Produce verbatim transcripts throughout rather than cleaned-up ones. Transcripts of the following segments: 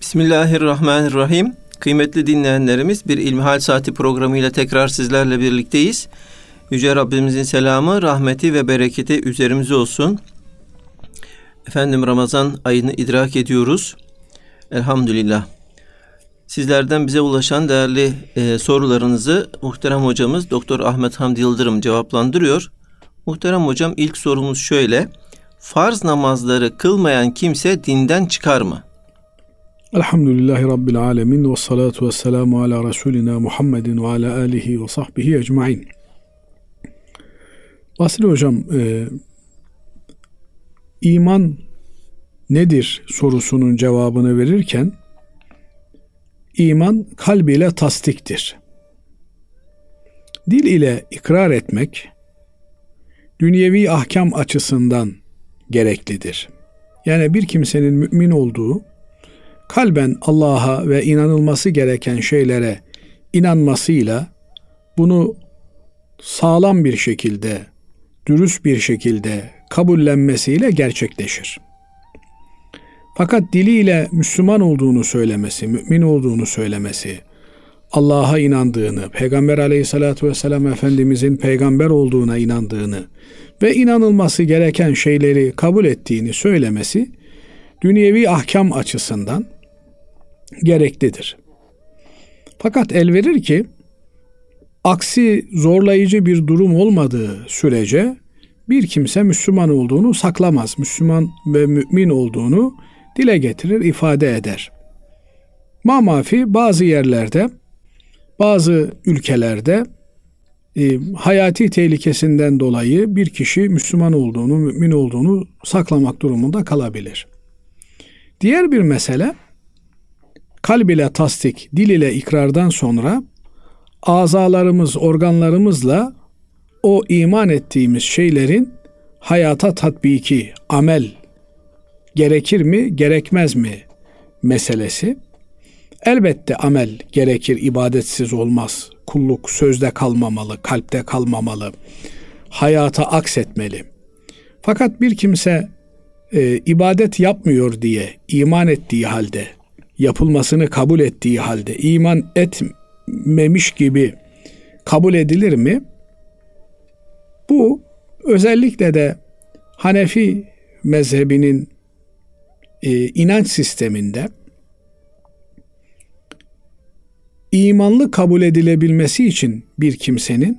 Bismillahirrahmanirrahim. Kıymetli dinleyenlerimiz, bir İlmihal Saati programıyla tekrar sizlerle birlikteyiz. Yüce Rabbimizin selamı, rahmeti ve bereketi üzerimize olsun. Efendim, Ramazan ayını idrak ediyoruz. Elhamdülillah. Sizlerden bize ulaşan değerli e, sorularınızı muhterem hocamız Doktor Ahmet Hamdi Yıldırım cevaplandırıyor. Muhterem hocam, ilk sorumuz şöyle: farz namazları kılmayan kimse dinden çıkar mı? Elhamdülillahi Rabbil alemin ve salatu ve selamu ala Resulina Muhammedin ve ala alihi ve sahbihi ecmain. Basri hocam, e, iman nedir sorusunun cevabını verirken, iman kalb ile tasdiktir. Dil ile ikrar etmek, dünyevi ahkam açısından gereklidir. Yani bir kimsenin mümin olduğu, kalben Allah'a ve inanılması gereken şeylere inanmasıyla, bunu sağlam bir şekilde, dürüst bir şekilde kabullenmesiyle gerçekleşir. Fakat diliyle Müslüman olduğunu söylemesi, mümin olduğunu söylemesi, Allah'a inandığını, Peygamber Aleyhisselatü Vesselam Efendimizin peygamber olduğuna inandığını ve inanılması gereken şeyleri kabul ettiğini söylemesi, dünyevi ahkam açısından gereklidir. Fakat el verir ki, aksi zorlayıcı bir durum olmadığı sürece bir kimse Müslüman olduğunu saklamaz. Müslüman ve mümin olduğunu dile getirir, ifade eder. Mamafi bazı yerlerde, bazı ülkelerde e, hayati tehlikesinden dolayı bir kişi Müslüman olduğunu, mümin olduğunu saklamak durumunda kalabilir. Diğer bir mesele, kalb ile tasdik, dil ile ikrardan sonra azalarımız, organlarımızla o iman ettiğimiz şeylerin hayata tatbiki, amel gerekir mi, gerekmez mi meselesi. Elbette amel gerekir, ibadetsiz olmaz. Kulluk sözde kalmamalı, kalpte kalmamalı, hayata aksetmeli. Fakat bir kimse e, ibadet yapmıyor diye, iman ettiği halde, yapılmasını kabul ettiği halde, iman etmemiş gibi kabul edilir mi? Bu özellikle de Hanefi mezhebinin e, inanç sisteminde imanlı kabul edilebilmesi için bir kimsenin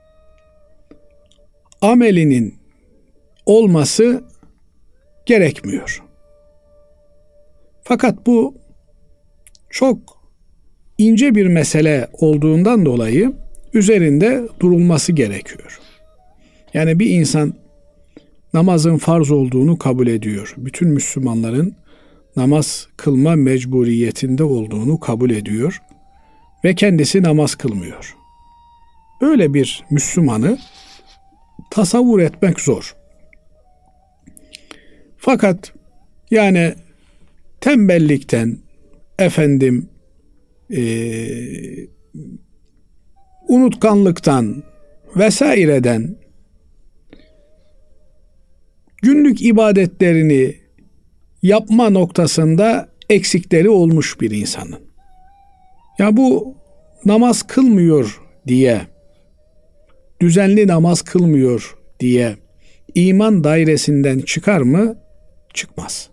amelinin olması gerekmiyor. Fakat bu çok ince bir mesele olduğundan dolayı üzerinde durulması gerekiyor. Yani bir insan namazın farz olduğunu kabul ediyor. Bütün Müslümanların namaz kılma mecburiyetinde olduğunu kabul ediyor ve kendisi namaz kılmıyor. Böyle bir Müslümanı tasavvur etmek zor. Fakat yani tembellikten, efendim e, unutkanlıktan vesaireden günlük ibadetlerini yapma noktasında eksikleri olmuş bir insanın. Ya bu namaz kılmıyor diye, düzenli namaz kılmıyor diye iman dairesinden çıkar mı? Çıkmaz.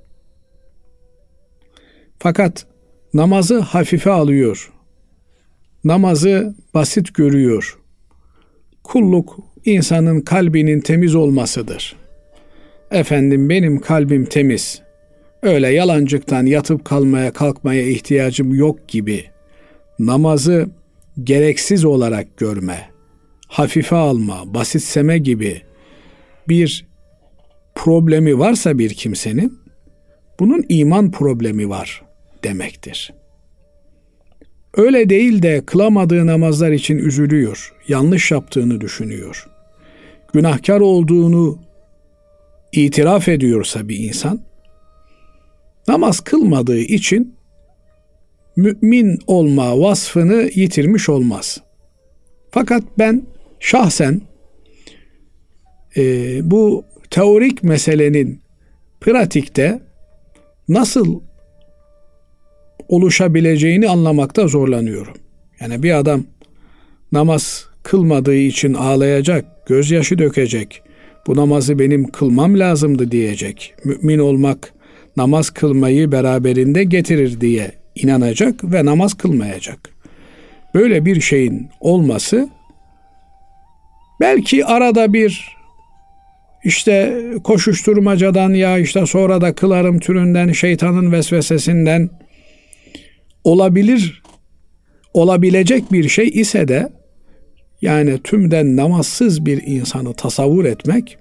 Fakat namazı hafife alıyor, namazı basit görüyor. Kulluk insanın kalbinin temiz olmasıdır. Efendim, benim kalbim temiz, öyle yalancıktan yatıp kalmaya kalkmaya ihtiyacım yok gibi namazı gereksiz olarak görme, hafife alma, basitseme gibi bir problemi varsa bir kimsenin, bunun iman problemi var demektir. Öyle değil de kılamadığı namazlar için üzülüyor, yanlış yaptığını düşünüyor, günahkar olduğunu itiraf ediyorsa bir insan, namaz kılmadığı için mümin olma vasfını yitirmiş olmaz. Fakat ben şahsen e, bu teorik meselenin pratikte nasıl oluşabileceğini anlamakta zorlanıyorum. Yani bir adam namaz kılmadığı için ağlayacak, gözyaşı dökecek, bu namazı benim kılmam lazımdı diyecek. Mümin olmak namaz kılmayı beraberinde getirir diye inanacak ve namaz kılmayacak. Böyle bir şeyin olması belki arada bir işte koşuşturmacadan ya işte sonra da kılarım türünden şeytanın vesvesesinden olabilir, olabilecek bir şey ise de yani tümden namazsız bir insanı tasavvur etmek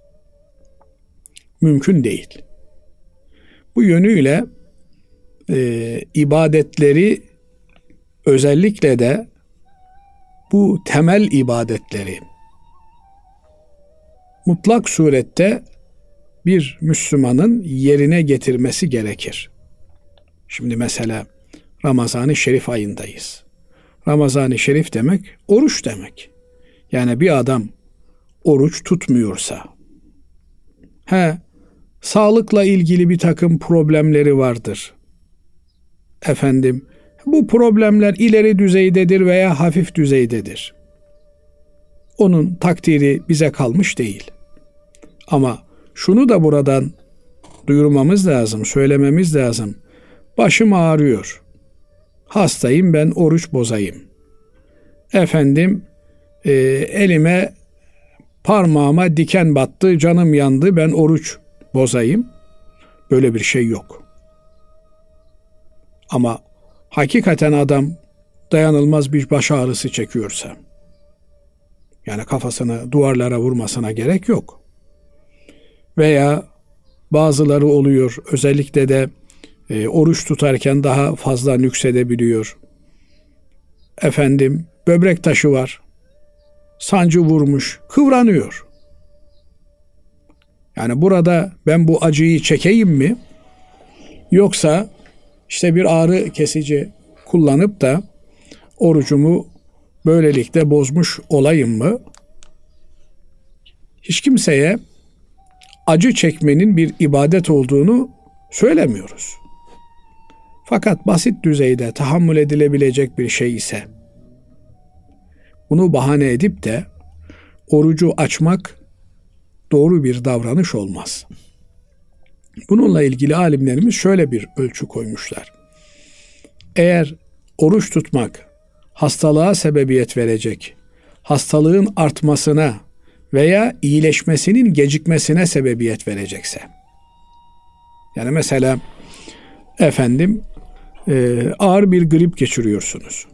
mümkün değil. Bu yönüyle e, ibadetleri özellikle de bu temel ibadetleri mutlak surette bir Müslümanın yerine getirmesi gerekir. Şimdi mesela Ramazan-ı Şerif ayındayız. Ramazan-ı Şerif demek oruç demek. Yani bir adam oruç tutmuyorsa, he, sağlıkla ilgili bir takım problemleri vardır. Efendim, bu problemler ileri düzeydedir veya hafif düzeydedir. Onun takdiri bize kalmış değil. Ama şunu da buradan duyurmamız lazım, söylememiz lazım. Başım ağrıyor. Hastayım, ben oruç bozayım. Efendim, e, elime, parmağıma diken battı, canım yandı, ben oruç bozayım. Böyle bir şey yok. Ama hakikaten adam dayanılmaz bir baş ağrısı çekiyorsa, yani kafasını duvarlara vurmasına gerek yok. Veya bazıları oluyor, özellikle de e, oruç tutarken daha fazla nüksedebiliyor. Efendim, böbrek taşı var, sancı vurmuş, kıvranıyor. Yani burada ben bu acıyı çekeyim mi? Yoksa işte bir ağrı kesici kullanıp da orucumu böylelikle bozmuş olayım mı? Hiç kimseye acı çekmenin bir ibadet olduğunu söylemiyoruz. Fakat basit düzeyde tahammül edilebilecek bir şey ise bunu bahane edip de orucu açmak doğru bir davranış olmaz. Bununla ilgili alimlerimiz şöyle bir ölçü koymuşlar. Eğer oruç tutmak hastalığa sebebiyet verecek, hastalığın artmasına veya iyileşmesinin gecikmesine sebebiyet verecekse, yani mesela efendim e, ağır bir grip geçiriyorsunuz.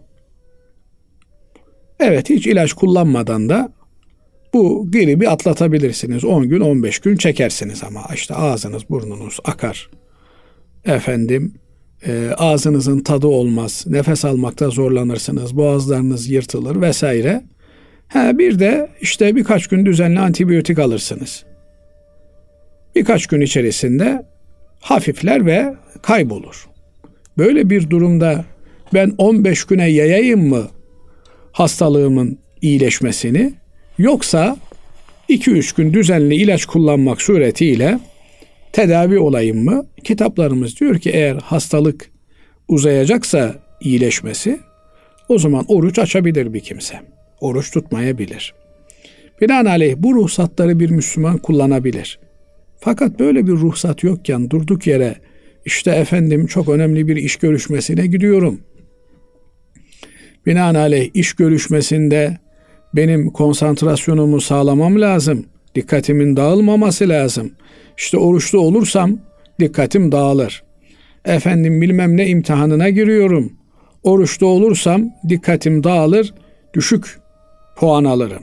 Evet, hiç ilaç kullanmadan da bu gribi atlatabilirsiniz. on gün, on beş gün çekersiniz ama işte ağzınız, burnunuz akar. Efendim, e, ağzınızın tadı olmaz. Nefes almakta zorlanırsınız. Boğazlarınız yırtılır vesaire. Ha, bir de işte birkaç gün düzenli antibiyotik alırsınız. Birkaç gün içerisinde hafifler ve kaybolur. Böyle bir durumda ben on beş güne yayayım mı hastalığımın iyileşmesini, yoksa iki üç gün düzenli ilaç kullanmak suretiyle tedavi olayım mı? Kitaplarımız diyor ki eğer hastalık uzayacaksa iyileşmesi, o zaman oruç açabilir bir kimse. Oruç tutmayabilir. Binaenaleyh bu ruhsatları bir Müslüman kullanabilir. Fakat böyle bir ruhsat yokken durduk yere işte efendim çok önemli bir iş görüşmesine gidiyorum. Binaenaleyh iş görüşmesinde benim konsantrasyonumu sağlamam lazım. Dikkatimin dağılmaması lazım. İşte oruçlu olursam dikkatim dağılır. Efendim bilmem ne imtihanına giriyorum. Oruçlu olursam dikkatim dağılır, düşük puan alırım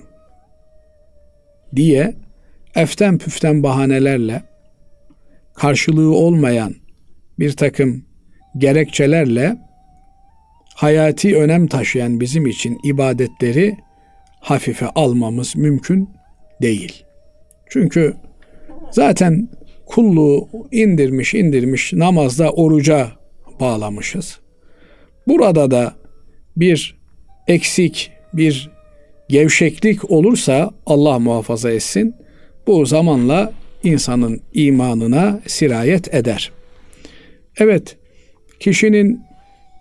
diye eften püften bahanelerle, karşılığı olmayan bir takım gerekçelerle hayati önem taşıyan bizim için ibadetleri hafife almamız mümkün değil. Çünkü zaten kulluğu indirmiş indirmiş namazda oruca bağlamışız. Burada da bir eksik, bir gevşeklik olursa Allah muhafaza etsin, bu zamanla insanın imanına sirayet eder. Evet, kişinin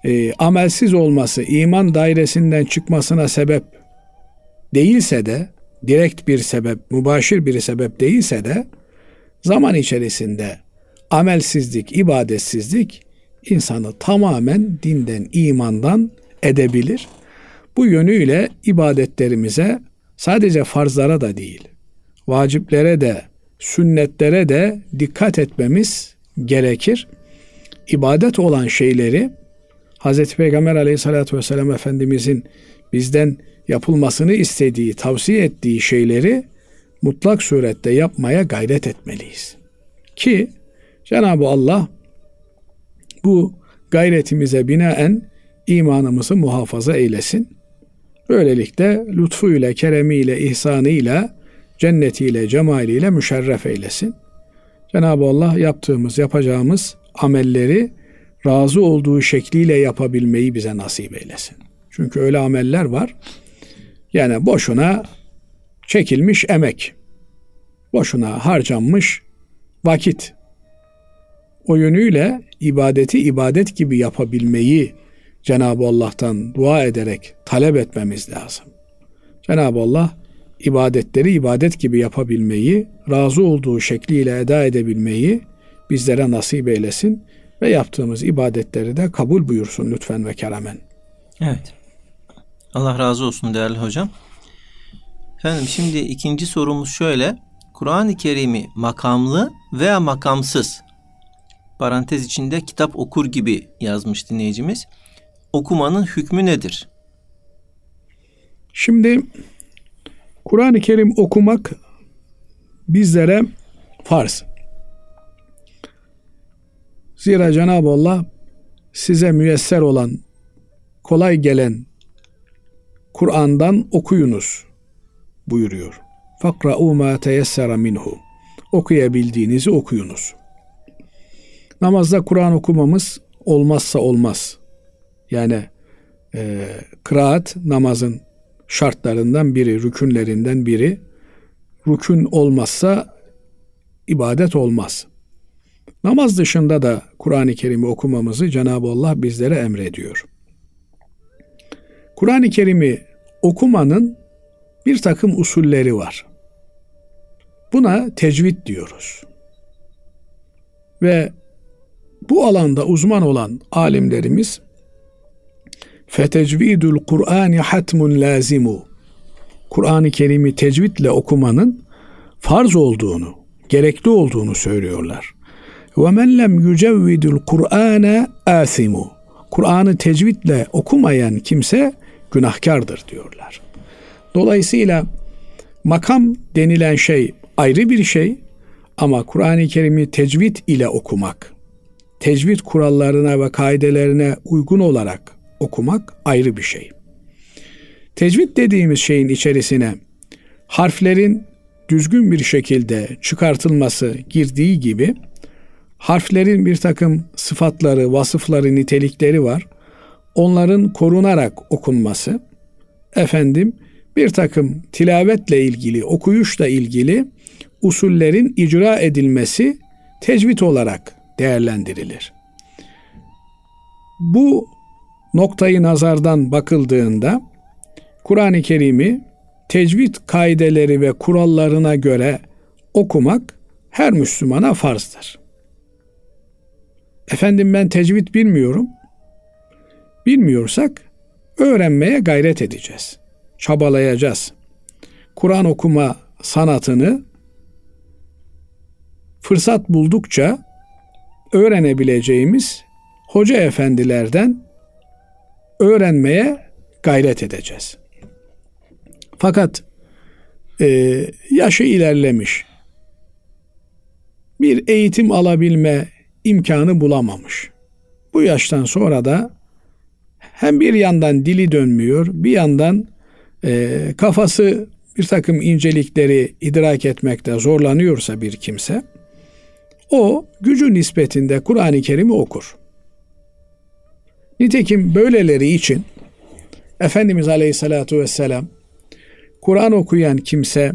e, amelsiz olması iman dairesinden çıkmasına sebep değilse de, direkt bir sebep, mübaşir bir sebep değilse de, zaman içerisinde amelsizlik, ibadetsizlik insanı tamamen dinden, imandan edebilir. Bu yönüyle ibadetlerimize sadece farzlara da değil, vaciplere de, sünnetlere de dikkat etmemiz gerekir. İbadet olan şeyleri Hazreti Peygamber Aleyhisselatü Vesselam Efendimizin bizden yapılmasını istediği, tavsiye ettiği şeyleri mutlak surette yapmaya gayret etmeliyiz. Ki Cenab-ı Allah bu gayretimize binaen imanımızı muhafaza eylesin. Böylelikle lütfuyla, keremiyle, ihsanıyla, cennetiyle, cemaliyle müşerref eylesin. Cenab-ı Allah yaptığımız, yapacağımız amelleri razı olduğu şekliyle yapabilmeyi bize nasip eylesin. Çünkü öyle ameller var. Yani boşuna çekilmiş emek, boşuna harcanmış vakit. O yönüyle ibadeti ibadet gibi yapabilmeyi Cenab-ı Allah'tan dua ederek talep etmemiz lazım. Cenab-ı Allah ibadetleri ibadet gibi yapabilmeyi, razı olduğu şekliyle eda edebilmeyi bizlere nasip eylesin ve yaptığımız ibadetleri de kabul buyursun lütfen ve keramen. Evet. Allah razı olsun değerli hocam. Efendim şimdi ikinci sorumuz şöyle. Kur'an-ı Kerim'i makamlı veya makamsız, parantez içinde kitap okur gibi yazmış dinleyicimiz, okumanın hükmü nedir? Şimdi Kur'an-ı Kerim okumak bizlere farz. Zira Cenab-ı Allah size müyesser olan, kolay gelen Kur'an'dan okuyunuz buyuruyor. Fakra'u ma teyessera minhu. Okuyabildiğinizi okuyunuz. Namazda Kur'an okumamız olmazsa olmaz. Yani e, kıraat namazın şartlarından biri, rükünlerinden biri. Rükün olmazsa ibadet olmaz. Namaz dışında da Kur'an-ı Kerim'i okumamızı Cenab-ı Allah bizlere emrediyor. Kur'an-ı Kerim'i okumanın bir takım usulleri var. Buna tecvid diyoruz. Ve bu alanda uzman olan alimlerimiz fetecvidul Kur'ani hatmun lazimu, Kur'an-ı Kerim'i tecvidle okumanın farz olduğunu, gerekli olduğunu söylüyorlar. Ve men lem yücevvidul Kur'ane asimu, Kur'an'ı tecvidle okumayan kimse günahkardır diyorlar. Dolayısıyla makam denilen şey ayrı bir şey ama Kur'an-ı Kerim'i tecvid ile okumak, tecvid kurallarına ve kaidelerine uygun olarak okumak ayrı bir şey. Tecvid dediğimiz şeyin içerisine harflerin düzgün bir şekilde çıkartılması girdiği gibi harflerin bir takım sıfatları, vasıfları, nitelikleri var. Onların korunarak okunması, efendim bir takım tilavetle ilgili, okuyuşla ilgili usullerin icra edilmesi tecvid olarak değerlendirilir. Bu noktayı nazardan bakıldığında Kur'an-ı Kerim'i tecvid kaideleri ve kurallarına göre okumak her Müslümana farzdır. Efendim ben tecvid bilmiyorum. Bilmiyorsak öğrenmeye gayret edeceğiz. Çabalayacağız. Kur'an okuma sanatını fırsat buldukça öğrenebileceğimiz hoca efendilerden öğrenmeye gayret edeceğiz. Fakat e, yaşı ilerlemiş, bir eğitim alabilme imkanı bulamamış. Bu yaştan sonra da hem bir yandan dili dönmüyor, bir yandan e, kafası bir takım incelikleri idrak etmekte zorlanıyorsa bir kimse, o gücü nispetinde Kur'an-ı Kerim'i okur. Nitekim böyleleri için Efendimiz Aleyhisselatü Vesselam Kur'an okuyan kimse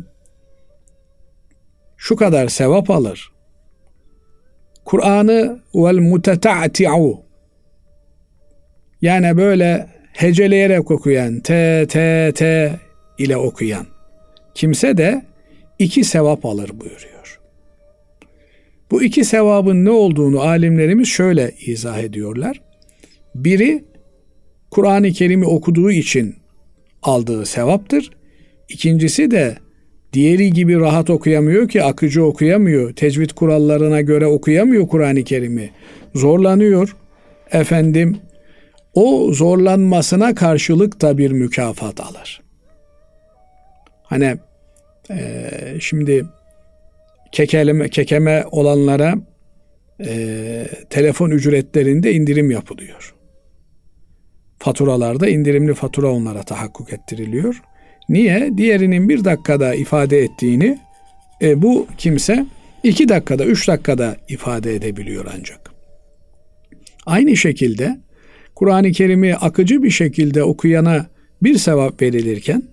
şu kadar sevap alır. Kur'an'ı vel muteta'ti'u Yani böyle heceleyerek okuyan, T, T, T ile okuyan kimse de iki sevap alır buyuruyor. Bu iki sevabın ne olduğunu alimlerimiz şöyle izah ediyorlar. Biri Kur'an-ı Kerim'i okuduğu için aldığı sevaptır. İkincisi de diğeri gibi rahat okuyamıyor ki, akıcı okuyamıyor. Tecvid kurallarına göre okuyamıyor Kur'an-ı Kerim'i. Zorlanıyor. Efendim, o zorlanmasına karşılık da bir mükafat alır. Hani e, şimdi kekeleme, kekeme olanlara e, telefon ücretlerinde indirim yapılıyor. Faturalarda indirimli fatura onlara tahakkuk ettiriliyor. Niye? Diğerinin bir dakikada ifade ettiğini e, bu kimse iki dakikada, üç dakikada ifade edebiliyor ancak. Aynı şekilde Kur'an-ı Kerim'i akıcı bir şekilde okuyana bir sevap verilirken,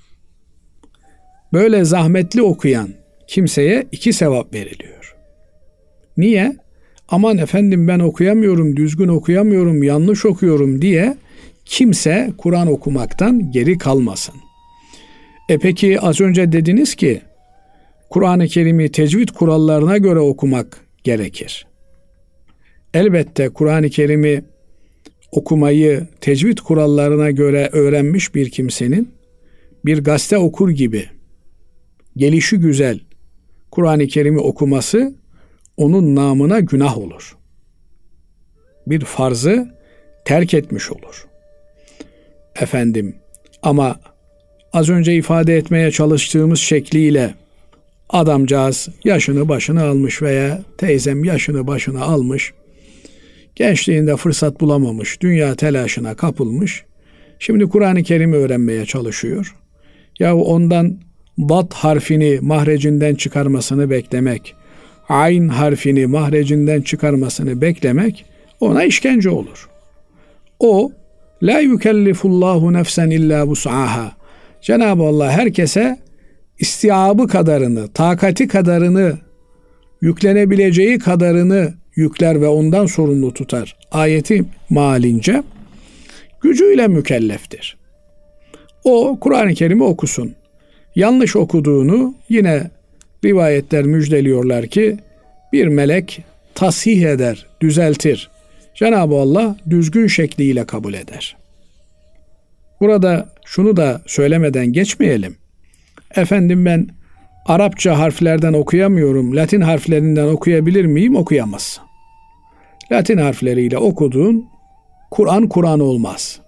böyle zahmetli okuyan kimseye iki sevap veriliyor. Niye? Aman efendim ben okuyamıyorum, düzgün okuyamıyorum, yanlış okuyorum diye kimse Kur'an okumaktan geri kalmasın. E peki az önce dediniz ki Kur'an-ı Kerim'i tecvid kurallarına göre okumak gerekir. Elbette Kur'an-ı Kerim'i okumayı tecvid kurallarına göre öğrenmiş bir kimsenin bir gazete okur gibi gelişi güzel Kur'an-ı Kerim'i okuması onun namına günah olur. Bir farzı terk etmiş olur. Efendim, ama az önce ifade etmeye çalıştığımız şekliyle adamcağız yaşını başını almış veya teyzem yaşını başını almış, gençliğinde fırsat bulamamış, dünya telaşına kapılmış, şimdi Kur'an-ı Kerim'i öğrenmeye çalışıyor. Ya ondan bat harfini mahrecinden çıkarmasını beklemek, ayn harfini mahrecinden çıkarmasını beklemek ona işkence olur. O, la yukellifullahu nefsen illa vus'aha. Cenab-ı Allah herkese istiabı kadarını, takati kadarını, yüklenebileceği kadarını yükler ve ondan sorumlu tutar. Ayeti malince gücüyle mükelleftir. O Kur'an-ı Kerim'i okusun. Yanlış okuduğunu yine rivayetler müjdeliyorlar ki bir melek tasih eder, düzeltir. Cenab-ı Allah düzgün şekliyle kabul eder. Burada şunu da söylemeden geçmeyelim. Efendim ben Arapça harflerden okuyamıyorum, Latin harflerinden okuyabilir miyim? Okuyamazsın. Latin harfleriyle okuduğun Kur'an Kur'an olmaz.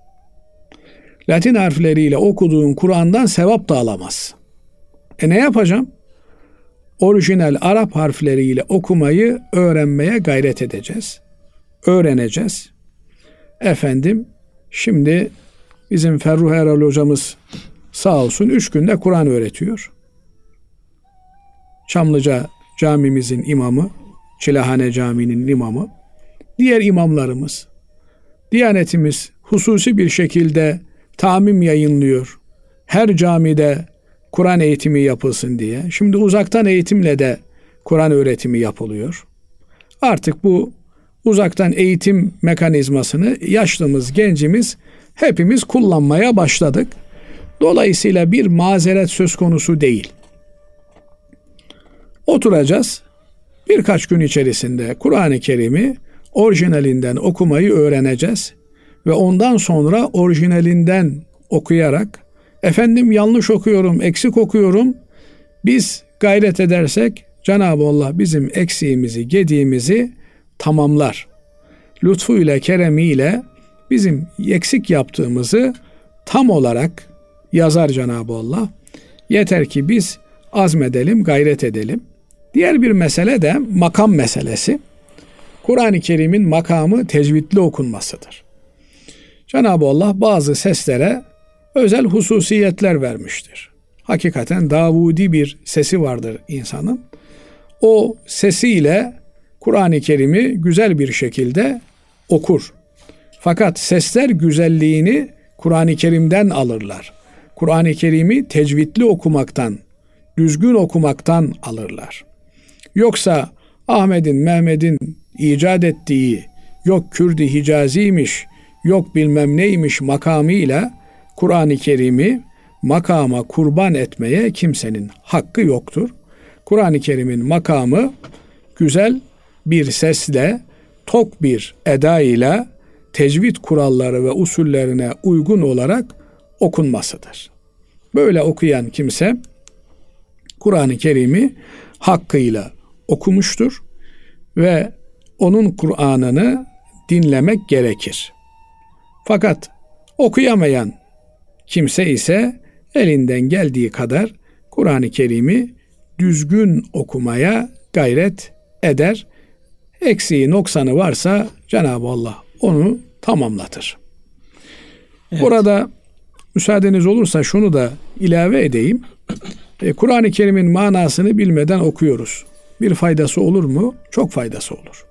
Latin harfleriyle okuduğun Kur'an'dan sevap da alamazsın. E ne yapacağım? Orijinal Arap harfleriyle okumayı öğrenmeye gayret edeceğiz. Öğreneceğiz. Efendim şimdi bizim Ferruh Erol hocamız sağ olsun üç günde Kur'an öğretiyor. Çamlıca camimizin imamı, Çilehane Camii'nin imamı, diğer imamlarımız, Diyanetimiz hususi bir şekilde tamim yayınlıyor. Her camide Kur'an eğitimi yapılsın diye. Şimdi uzaktan eğitimle de Kur'an öğretimi yapılıyor. Artık bu uzaktan eğitim mekanizmasını yaşlımız, gencimiz hepimiz kullanmaya başladık. Dolayısıyla bir mazeret söz konusu değil. Oturacağız. Birkaç gün içerisinde Kur'an-ı Kerim'i orijinalinden okumayı öğreneceğiz. Ve ondan sonra orijinalinden okuyarak efendim yanlış okuyorum, eksik okuyorum. Biz gayret edersek Cenab-ı Allah bizim eksiğimizi, gediğimizi tamamlar. Lütfuyla, keremiyle bizim eksik yaptığımızı tam olarak yazar Cenab-ı Allah. Yeter ki biz azmedelim, gayret edelim. Diğer bir mesele de makam meselesi. Kur'an-ı Kerim'in makamı tecvidli okunmasıdır. Cenab-ı Allah bazı seslere özel hususiyetler vermiştir. Hakikaten Davudi bir sesi vardır insanın. O sesiyle Kur'an-ı Kerim'i güzel bir şekilde okur. Fakat sesler güzelliğini Kur'an-ı Kerim'den alırlar. Kur'an-ı Kerim'i tecvidli okumaktan, düzgün okumaktan alırlar. Yoksa Ahmet'in, Mehmet'in icat ettiği, yok Kürdü Hicazi'ymiş, yok bilmem neymiş makamıyla Kur'an-ı Kerim'i makama kurban etmeye kimsenin hakkı yoktur. Kur'an-ı Kerim'in makamı güzel bir sesle, tok bir eda ile tecvid kuralları ve usullerine uygun olarak okunmasıdır. Böyle okuyan kimse Kur'an-ı Kerim'i hakkıyla okumuştur ve onun Kur'an'ını dinlemek gerekir. Fakat okuyamayan kimse ise elinden geldiği kadar Kur'an-ı Kerim'i düzgün okumaya gayret eder. Eksiği, noksanı varsa Cenab-ı Allah onu tamamlatır. Evet. Burada müsaadeniz olursa şunu da ilave edeyim. E, Kur'an-ı Kerim'in manasını bilmeden okuyoruz. Bir faydası olur mu? Çok faydası olur.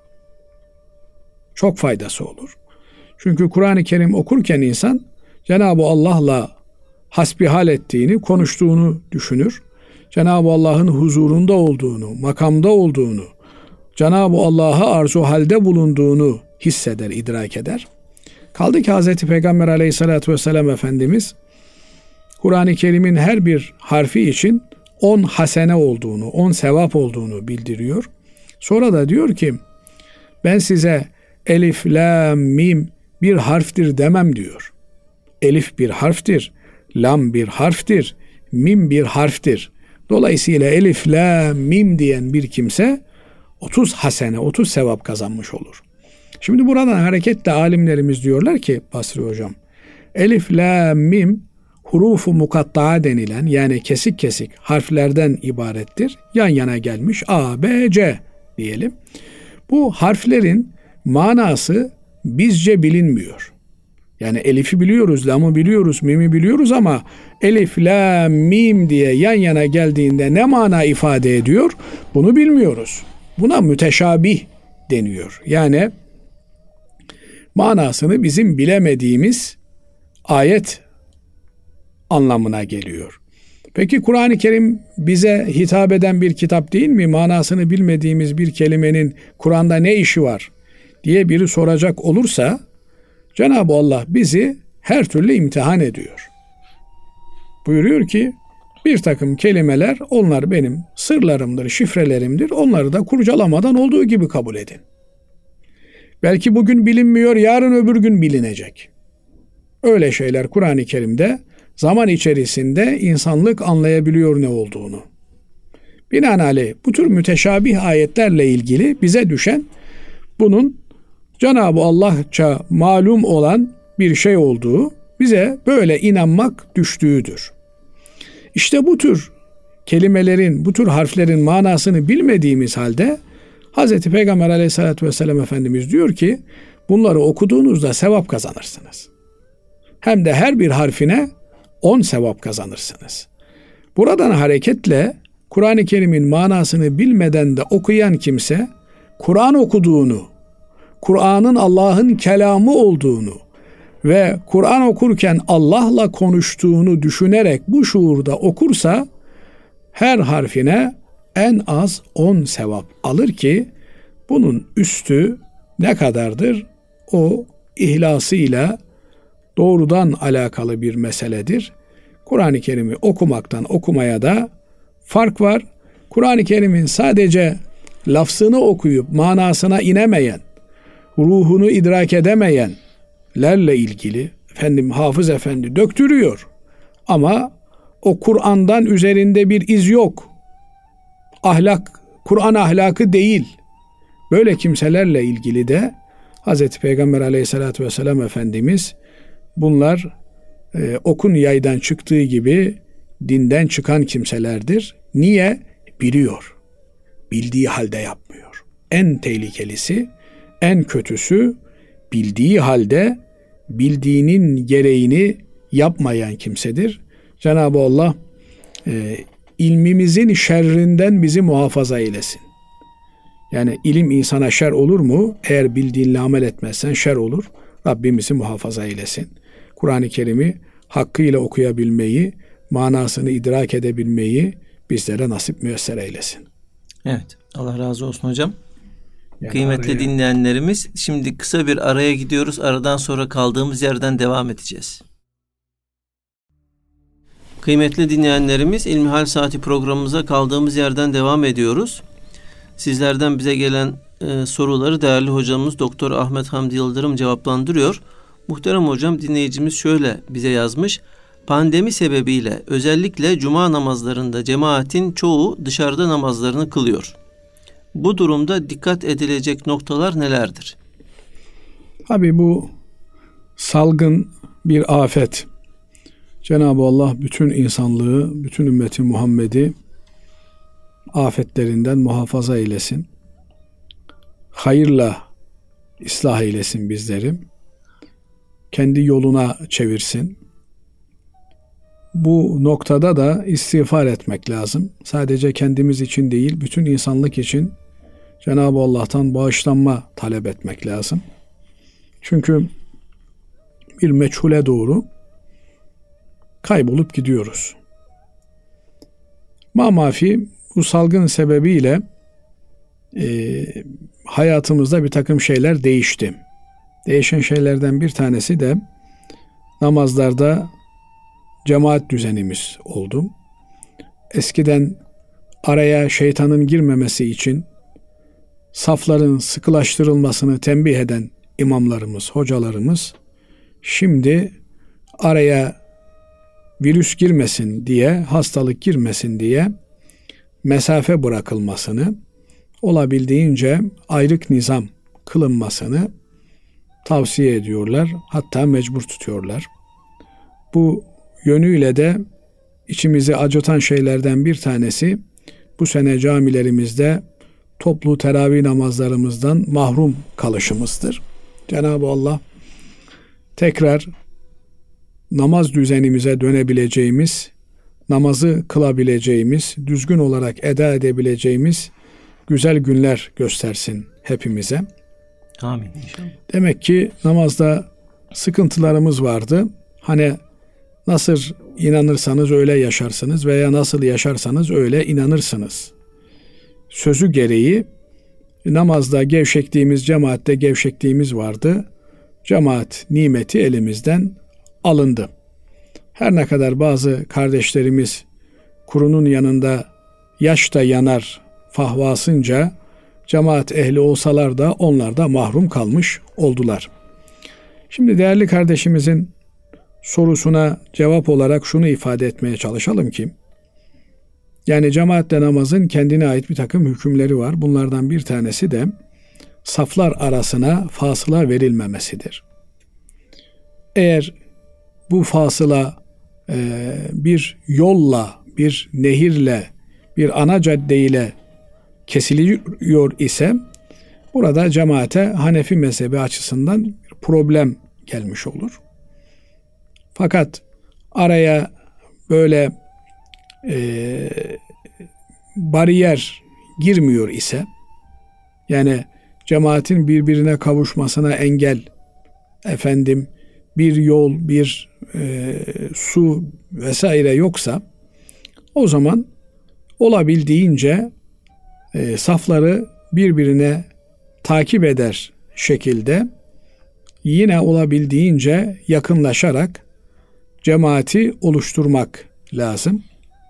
Çok faydası olur. Çünkü Kur'an-ı Kerim okurken insan Cenab-ı Allah'la hasbihal ettiğini, konuştuğunu düşünür. Cenab-ı Allah'ın huzurunda olduğunu, makamda olduğunu, Cenab-ı Allah'a arzu halde bulunduğunu hisseder, idrak eder. Kaldı ki Hz. Peygamber Aleyhisselatü Vesselam Efendimiz Kur'an-ı Kerim'in her bir harfi için on hasene olduğunu, on sevap olduğunu bildiriyor. Sonra da diyor ki ben size elif, lam, mim bir harftir demem diyor. Elif bir harftir, lam bir harftir, mim bir harftir. Dolayısıyla elif, lam, mim diyen bir kimse otuz hasene, otuz sevap kazanmış olur. Şimdi buradan hareketle alimlerimiz diyorlar ki Basri Hocam, elif, lam, mim hurufu mukatta'a denilen yani kesik kesik harflerden ibarettir. Yan yana gelmiş A, B, C diyelim. Bu harflerin manası bizce bilinmiyor. Yani elifi biliyoruz, lamı biliyoruz, mimi biliyoruz ama elif, lam, mim diye yan yana geldiğinde ne mana ifade ediyor? Bunu bilmiyoruz. Buna müteşabih deniyor. Yani manasını bizim bilemediğimiz ayet anlamına geliyor. Peki Kur'an-ı Kerim bize hitap eden bir kitap değil mi? Manasını bilmediğimiz bir kelimenin Kur'an'da ne işi var diye biri soracak olursa Cenab-ı Allah bizi her türlü imtihan ediyor. Buyuruyor ki bir takım kelimeler onlar benim sırlarımdır, şifrelerimdir. Onları da kurcalamadan olduğu gibi kabul edin. Belki bugün bilinmiyor, yarın öbür gün bilinecek. Öyle şeyler Kur'an-ı Kerim'de zaman içerisinde insanlık anlayabiliyor ne olduğunu. Binaenaleyh bu tür müteşabih ayetlerle ilgili bize düşen bunun Cenab-ı Allah'ça malum olan bir şey olduğu, bize böyle inanmak düştüğüdür. İşte bu tür kelimelerin, bu tür harflerin manasını bilmediğimiz halde Hz. Peygamber Aleyhisselatü Vesselam Efendimiz diyor ki bunları okuduğunuzda sevap kazanırsınız. Hem de her bir harfine on sevap kazanırsınız. Buradan hareketle Kur'an-ı Kerim'in manasını bilmeden de okuyan kimse Kur'an okuduğunu, Kur'an'ın Allah'ın kelamı olduğunu ve Kur'an okurken Allah'la konuştuğunu düşünerek bu şuurda okursa her harfine en az on sevap alır ki bunun üstü ne kadardır? O ihlasıyla doğrudan alakalı bir meseledir. Kur'an-ı Kerim'i okumaktan okumaya da fark var. Kur'an-ı Kerim'in sadece lafzını okuyup manasına inemeyen, ruhunu idrak edemeyenlerle ilgili efendim Hafız Efendi döktürüyor. Ama o Kur'an'dan üzerinde bir iz yok. Ahlak, Kur'an ahlakı değil. Böyle kimselerle ilgili de Hz. Peygamber Aleyhisselatü Vesselam Efendimiz bunlar e, okun yaydan çıktığı gibi dinden çıkan kimselerdir. Niye? Biliyor. Bildiği halde yapmıyor. En tehlikelisi, en kötüsü bildiği halde bildiğinin gereğini yapmayan kimsedir. Cenab-ı Allah e, ilmimizin şerrinden bizi muhafaza eylesin. Yani ilim insana şer olur mu? Eğer bildiğinle amel etmezsen şer olur. Rabbimizi muhafaza eylesin. Kur'an-ı Kerim'i hakkıyla okuyabilmeyi, manasını idrak edebilmeyi bizlere nasip müyesser eylesin. Evet. Allah razı olsun hocam. Yani Kıymetli araya... dinleyenlerimiz, şimdi kısa bir araya gidiyoruz. Aradan sonra kaldığımız yerden devam edeceğiz. Kıymetli dinleyenlerimiz, İlmihal Saati programımıza kaldığımız yerden devam ediyoruz. Sizlerden bize gelen e, soruları değerli hocamız Doktor Ahmet Hamdi Yıldırım cevaplandırıyor. Muhterem hocam, dinleyicimiz şöyle bize yazmış. Pandemi sebebiyle özellikle cuma namazlarında cemaatin çoğu dışarıda namazlarını kılıyor. Bu durumda dikkat edilecek noktalar nelerdir? Tabii bu salgın bir afet. Cenab-ı Allah bütün insanlığı, bütün ümmeti Muhammed'i afetlerinden muhafaza eylesin. Hayırla ıslah eylesin bizleri. Kendi yoluna çevirsin. Bu noktada da istiğfar etmek lazım. Sadece kendimiz için değil, bütün insanlık için Cenab-ı Allah'tan bağışlanma talep etmek lazım. Çünkü bir meçhule doğru kaybolup gidiyoruz. Ma mafi bu salgın sebebiyle e, hayatımızda bir takım şeyler değişti. Değişen şeylerden bir tanesi de namazlarda cemaat düzenimiz oldu. Eskiden araya şeytanın girmemesi için safların sıkılaştırılmasını tembih eden imamlarımız, hocalarımız şimdi araya virüs girmesin diye, hastalık girmesin diye mesafe bırakılmasını, olabildiğince ayrık nizam kılınmasını tavsiye ediyorlar. Hatta mecbur tutuyorlar. Bu yönüyle de içimizi acıtan şeylerden bir tanesi bu sene camilerimizde toplu teravih namazlarımızdan mahrum kalışımızdır. Cenab-ı Allah tekrar namaz düzenimize dönebileceğimiz, namazı kılabileceğimiz, düzgün olarak eda edebileceğimiz güzel günler göstersin hepimize. Amin inşallah. Demek ki namazda sıkıntılarımız vardı. Hani nasıl inanırsanız öyle yaşarsınız veya nasıl yaşarsanız öyle inanırsınız sözü gereği namazda gevşekliğimiz, cemaatte gevşekliğimiz vardı. Cemaat nimeti elimizden alındı. Her ne kadar bazı kardeşlerimiz kurunun yanında yaş da yanar fahvasınca cemaat ehli olsalar da onlar da mahrum kalmış oldular. Şimdi değerli kardeşimizin sorusuna cevap olarak şunu ifade etmeye çalışalım ki, yani cemaatle namazın kendine ait bir takım hükümleri var. Bunlardan bir tanesi de saflar arasına fasıla verilmemesidir. Eğer bu fasıla e, bir yolla, bir nehirle, bir ana caddeyle kesiliyor ise burada cemaate Hanefi mezhebi açısından bir problem gelmiş olur. Fakat araya böyle e, bariyer girmiyor ise, yani cemaatin birbirine kavuşmasına engel, efendim bir yol, bir e, su vesaire yoksa, o zaman olabildiğince e, safları birbirine takip eder şekilde yine olabildiğince yakınlaşarak cemaati oluşturmak lazım.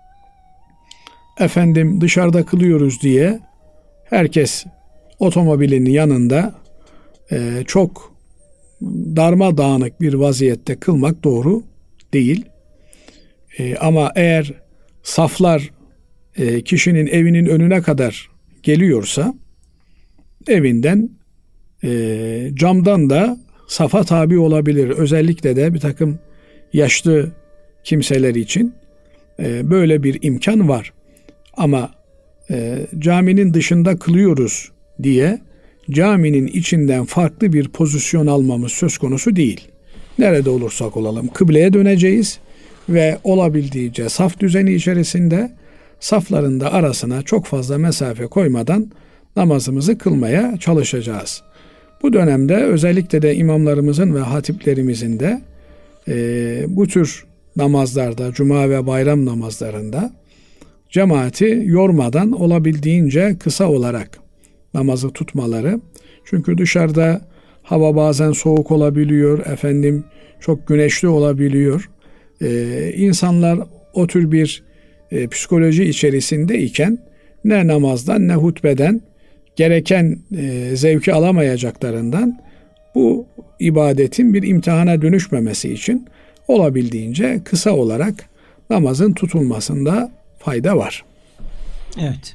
Efendim dışarıda kılıyoruz diye herkes otomobilin yanında e, çok darmadağınık bir vaziyette kılmak doğru değil. E, ama eğer saflar e, kişinin evinin önüne kadar geliyorsa evinden e, camdan da safa tabi olabilir. Özellikle de bir takım yaşlı kimseler için e, böyle bir imkan var. Ama e, caminin dışında kılıyoruz diye caminin içinden farklı bir pozisyon almamız söz konusu değil. Nerede olursak olalım kıbleye döneceğiz ve olabildiğince saf düzeni içerisinde safların da arasına çok fazla mesafe koymadan namazımızı kılmaya çalışacağız. Bu dönemde özellikle de imamlarımızın ve hatiplerimizin de e, bu tür namazlarda, cuma ve bayram namazlarında cemaati yormadan olabildiğince kısa olarak namazı tutmaları. Çünkü dışarıda hava bazen soğuk olabiliyor, efendim çok güneşli olabiliyor. Ee, insanlar o tür bir e, psikoloji içerisindeyken ne namazdan ne hutbeden gereken e, zevki alamayacaklarından bu ibadetin bir imtihana dönüşmemesi için olabildiğince kısa olarak namazın tutulmasında fayda var. Evet.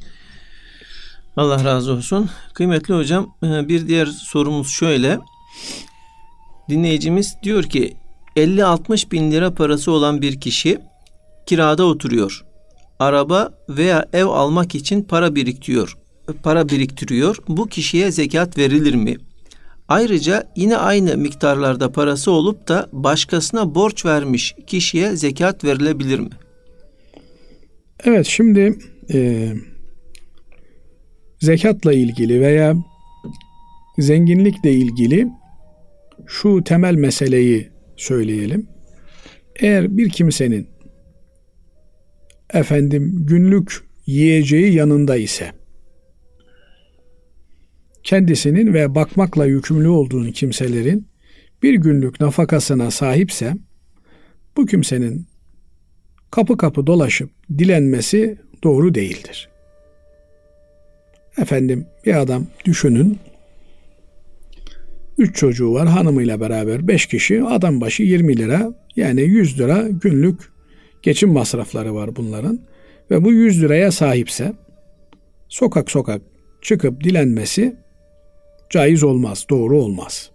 Allah razı olsun. Kıymetli hocam, bir diğer sorumuz şöyle. Dinleyicimiz diyor ki elli altmış bin lira parası olan bir kişi kirada oturuyor. Araba veya ev almak için para biriktiriyor. Para biriktiriyor. Bu kişiye zekat verilir mi? Ayrıca yine aynı miktarlarda parası olup da başkasına borç vermiş kişiye zekat verilebilir mi? Evet, şimdi e, zekatla ilgili veya zenginlikle ilgili şu temel meseleyi söyleyelim. Eğer bir kimsenin efendim günlük yiyeceği yanında ise, kendisinin ve bakmakla yükümlü olduğu kimselerin bir günlük nafakasına sahipse, bu kimsenin kapı kapı dolaşıp dilenmesi doğru değildir. Efendim bir adam düşünün, üç çocuğu var, hanımıyla beraber beş kişi, adam başı yirmi lira, yani yüz lira günlük geçim masrafları var bunların ve bu yüz liraya sahipse sokak sokak çıkıp dilenmesi caiz olmaz, doğru olmaz.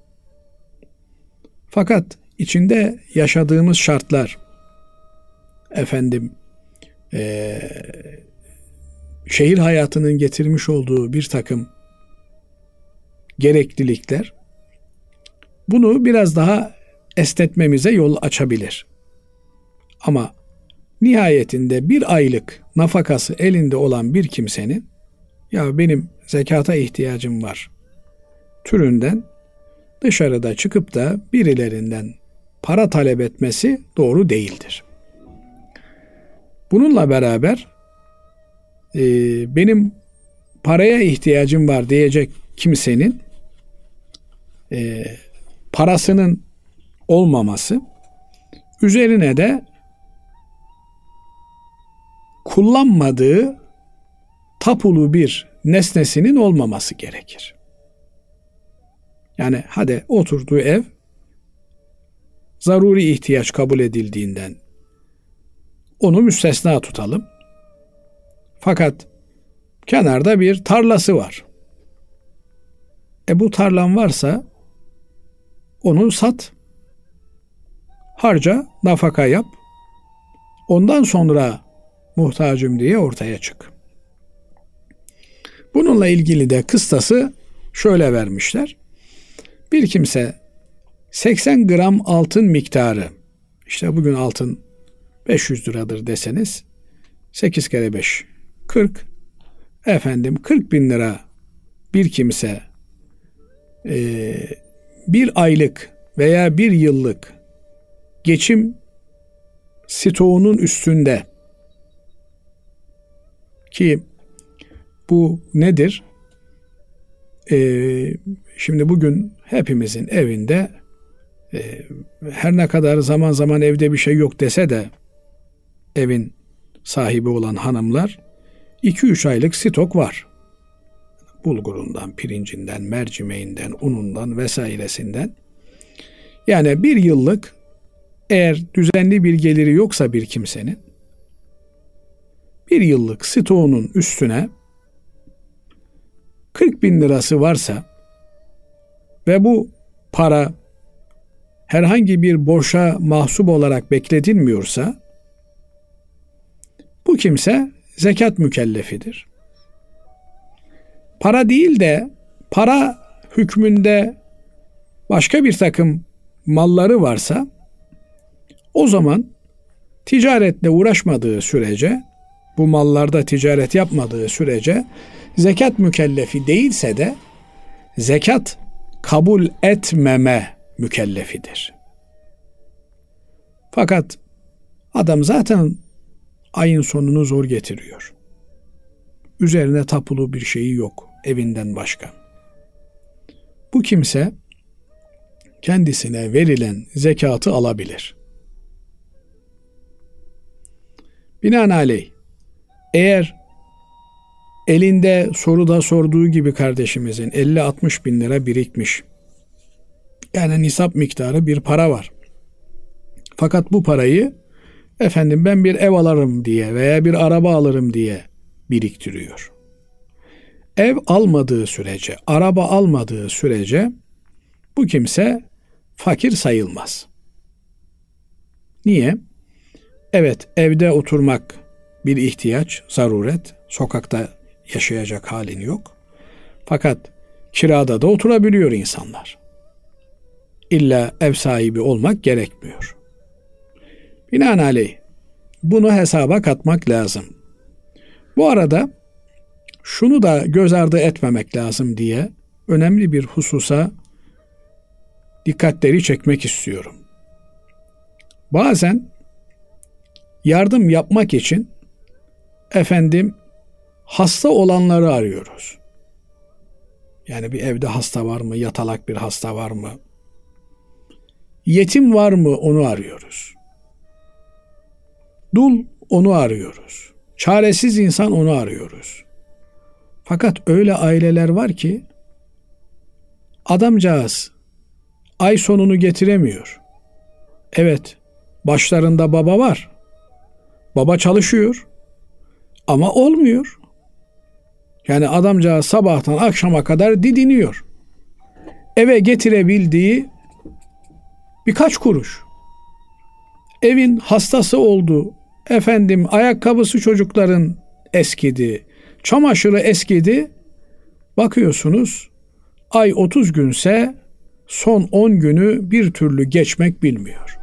Fakat içinde yaşadığımız şartlar, efendim ee, şehir hayatının getirmiş olduğu bir takım gereklilikler bunu biraz daha esnetmemize yol açabilir. Ama nihayetinde bir aylık nafakası elinde olan bir kimsenin ya benim zekata ihtiyacım var türünden dışarıda çıkıp da birilerinden para talep etmesi doğru değildir. Bununla beraber e, benim paraya ihtiyacım var diyecek kimsenin e, parasının olmaması, üzerine de kullanmadığı tapulu bir nesnesinin olmaması gerekir. Yani hadi oturduğu ev zaruri ihtiyaç kabul edildiğinden onu müstesna tutalım. Fakat kenarda bir tarlası var. E bu tarlan varsa onu sat, harca, nafaka yap. Ondan sonra muhtacım diye ortaya çık. Bununla ilgili de kıstası şöyle vermişler. Bir kimse seksen gram altın miktarı, işte bugün altın beş yüz liradır deseniz, sekiz kere beş kırk, efendim kırk bin lira bir kimse e, bir aylık veya bir yıllık geçim stoğunun üstünde, ki bu nedir? Ee, şimdi bugün hepimizin evinde e, her ne kadar zaman zaman evde bir şey yok dese de evin sahibi olan hanımlar iki üç aylık stok var. Bulgurundan, pirincinden, mercimeğinden, unundan vesairesinden. Yani bir yıllık eğer düzenli bir geliri yoksa bir kimsenin bir yıllık stoğunun üstüne kırk bin lirası varsa ve bu para herhangi bir borça mahsup olarak bekletilmiyorsa bu kimse zekat mükellefidir. Para değil de para hükmünde başka bir takım malları varsa o zaman ticaretle uğraşmadığı sürece, bu mallarda ticaret yapmadığı sürece zekat mükellefi değilse de zekat kabul etmeme mükellefidir. Fakat adam zaten ayın sonunu zor getiriyor. Üzerine tapulu bir şeyi yok. evinden başka. Bu kimse kendisine verilen zekatı alabilir. Binaenaleyh eğer elinde soruda sorduğu gibi kardeşimizin elli altmış bin lira birikmiş, yani nisap miktarı bir para var. Fakat bu parayı efendim ben bir ev alırım diye veya bir araba alırım diye biriktiriyor. Ev almadığı sürece, araba almadığı sürece bu kimse fakir sayılmaz. Niye? Evet, evde oturmak bir ihtiyaç, zaruret. Sokakta yaşayacak halin yok. Fakat kirada da oturabiliyor insanlar. İlla ev sahibi olmak gerekmiyor. Binaenaleyh bunu hesaba katmak lazım. Bu arada şunu da göz ardı etmemek lazım diye önemli bir hususa dikkatleri çekmek istiyorum. Bazen yardım yapmak için efendim hasta olanları arıyoruz. Yani bir evde hasta var mı? Yatalak bir hasta var mı? Yetim var mı? Onu arıyoruz. Dul, onu arıyoruz. Çaresiz insan, onu arıyoruz. Fakat öyle aileler var ki adamcağız ay sonunu getiremiyor. Evet, başlarında baba var. Baba çalışıyor ama olmuyor. Yani adamcağız sabahtan akşama kadar didiniyor. Eve getirebildiği birkaç kuruş. Evin hastası oldu. Efendim ayakkabısı çocukların eskidi. Çamaşırı eskidi. Bakıyorsunuz ay otuz günse son on günü bir türlü geçmek bilmiyor.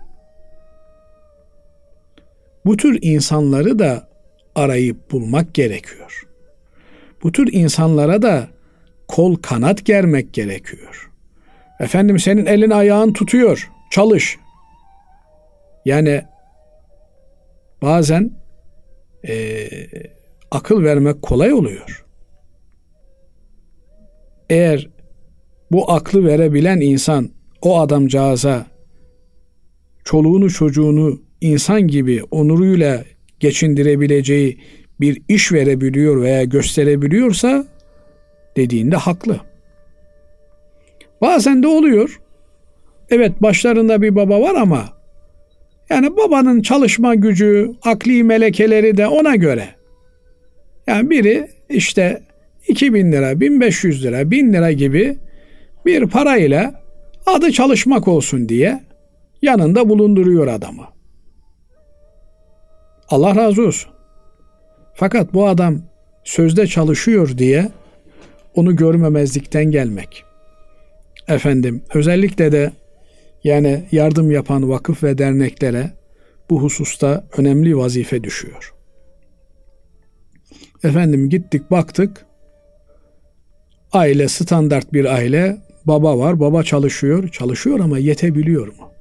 Bu tür insanları da arayıp bulmak gerekiyor. Bu tür insanlara da kol kanat germek gerekiyor. Efendim senin elin ayağın tutuyor, çalış. Yani bazen e, akıl vermek kolay oluyor. Eğer bu aklı verebilen insan o adamcağıza çoluğunu çocuğunu insan gibi onuruyla geçindirebileceği bir iş verebiliyor veya gösterebiliyorsa dediğinde haklı. Bazen de oluyor. Evet, başlarında bir baba var ama yani babanın çalışma gücü, akli melekeleri de ona göre. Yani biri işte iki bin lira, bin beş yüz lira, bin lira gibi bir parayla adı çalışmak olsun diye yanında bulunduruyor adamı. Allah razı olsun. Fakat bu adam sözde çalışıyor diye onu görmemezlikten gelmek. Efendim özellikle de yani yardım yapan vakıf ve derneklere bu hususta önemli vazife düşüyor. Efendim gittik baktık, aile standart bir aile, baba var, baba çalışıyor, çalışıyor ama yetebiliyor mu?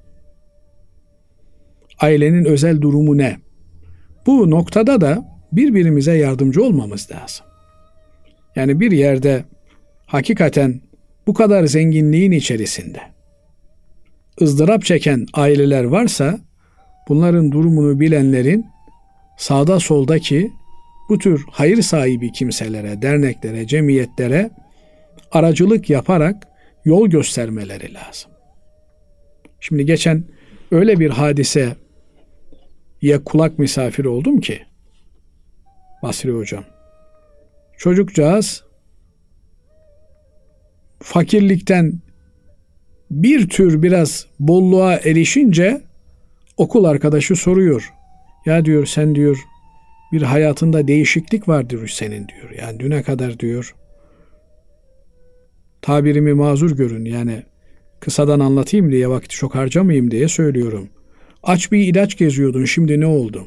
Ailenin özel durumu ne? Bu noktada da birbirimize yardımcı olmamız lazım. Yani bir yerde hakikaten bu kadar zenginliğin içerisinde ızdırap çeken aileler varsa bunların durumunu bilenlerin sağda soldaki bu tür hayır sahibi kimselere, derneklere, cemiyetlere aracılık yaparak yol göstermeleri lazım. Şimdi geçen öyle bir hadiseye kulak misafiri oldum ki Basri hocam, çocukcağız fakirlikten bir tür biraz bolluğa erişince okul arkadaşı soruyor. Ya diyor sen diyor bir hayatında değişiklik var diyor senin diyor. Yani düne kadar diyor tabirimi mazur görün yani kısadan anlatayım diye vakti çok harcamayayım diye söylüyorum. Aç bir ilaç geziyordun şimdi ne oldu?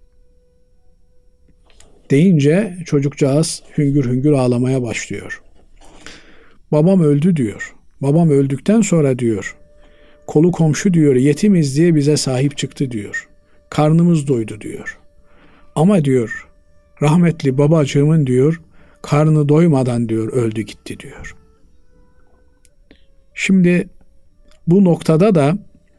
Deyince çocukcağız hüngür hüngür ağlamaya başlıyor. Babam öldü diyor. Babam öldükten sonra diyor kolu komşu diyor yetimiz diye bize sahip çıktı diyor. Karnımız doydu diyor. Ama diyor rahmetli babacığımın diyor karnı doymadan diyor öldü gitti diyor. Şimdi bu noktada da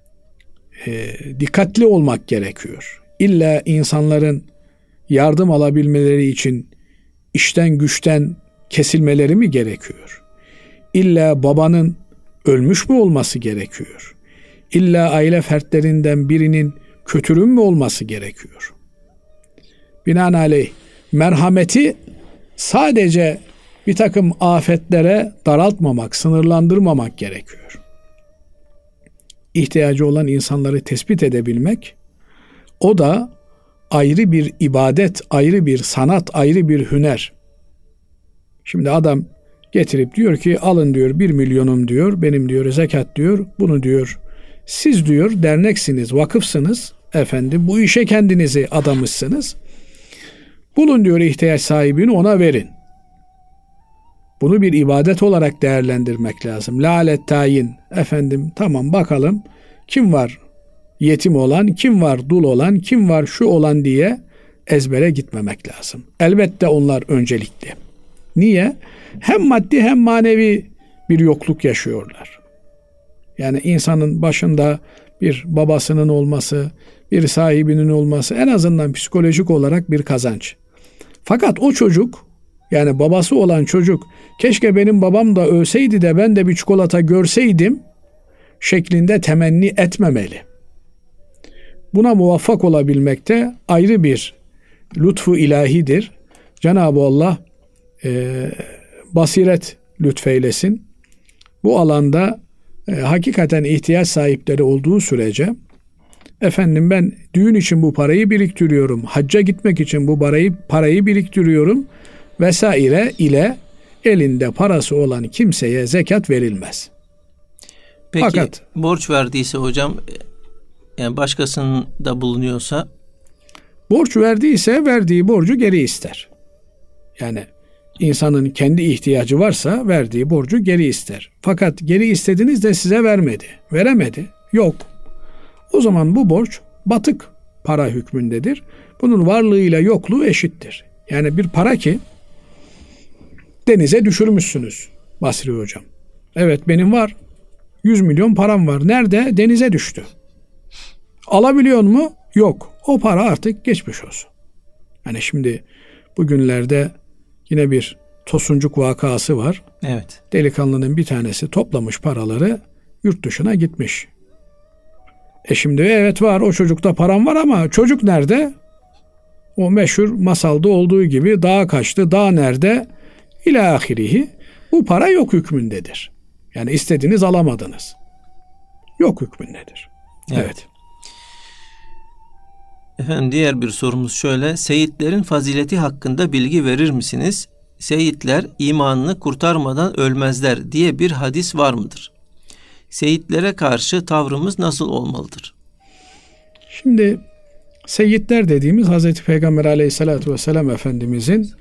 e, dikkatli olmak gerekiyor. İlla insanların yardım alabilmeleri için işten güçten kesilmeleri mi gerekiyor? İlla babanın ölmüş mü olması gerekiyor? İlla aile fertlerinden birinin kötürüm mü olması gerekiyor? Binaenaleyh merhameti sadece bir takım afetlere daraltmamak, sınırlandırmamak gerekiyor. İhtiyacı olan insanları tespit edebilmek, o da ayrı bir ibadet, ayrı bir sanat, ayrı bir hüner. Şimdi adam getirip diyor ki alın diyor bir milyonum diyor, benim diyor zekat diyor, bunu diyor siz diyor derneksiniz, vakıfsınız, efendim bu işe kendinizi adamışsınız. Bulun diyor ihtiyaç sahibini ona verin. Bunu bir ibadet olarak değerlendirmek lazım. Lalet tayin. Efendim tamam bakalım kim var yetim olan, kim var dul olan, kim var şu olan diye ezbere gitmemek lazım. Elbette onlar öncelikli. Niye? Hem maddi hem manevi bir yokluk yaşıyorlar. Yani insanın başında bir babasının olması, bir sahibinin olması en azından psikolojik olarak bir kazanç. Fakat o çocuk, yani babası olan çocuk, keşke benim babam da ölseydi de ben de bir çikolata görseydim şeklinde temenni etmemeli. Buna muvaffak olabilmekte ayrı bir lütfu ilahidir. Cenab-ı Allah e, basiret lütfeylesin. Bu alanda e, hakikaten ihtiyaç sahipleri olduğu sürece efendim ben düğün için bu parayı biriktiriyorum, hacca gitmek için bu parayı, parayı biriktiriyorum vesaire ile elinde parası olan kimseye zekat verilmez. Peki Fakat borç verdiyse hocam, yani başkasının da bulunuyorsa? Borç verdiyse verdiği borcu geri ister. Yani insanın kendi ihtiyacı varsa verdiği borcu geri ister. Fakat geri istediniz de size vermedi, veremedi, yok. O zaman bu borç batık para hükmündedir. Bunun varlığıyla yokluğu eşittir. Yani bir para ki denize düşürmüşsünüz Basri hocam. Evet benim var. yüz milyon param var. Nerede? Denize düştü. Alabiliyor mu? Yok. O para artık geçmiş olsun. Yani şimdi bugünlerde yine bir Tosuncuk vakası var. Evet. Delikanlının bir tanesi toplamış paraları, yurt dışına gitmiş. E şimdi evet var, o çocukta param var ama çocuk nerede? O meşhur masalda olduğu gibi dağa kaçtı. Dağ nerede? İlâ ahirihi. Bu para yok hükmündedir. Yani istediğiniz alamadınız. Yok hükmündedir. Evet. evet. Efendim diğer bir sorumuz şöyle. Seyitlerin fazileti hakkında bilgi verir misiniz? Seyitler imanını kurtarmadan ölmezler diye bir hadis var mıdır? Seyitlere karşı tavrımız nasıl olmalıdır? Şimdi seyitler dediğimiz Hazreti Peygamber Aleyhisselatü Vesselam Efendimizin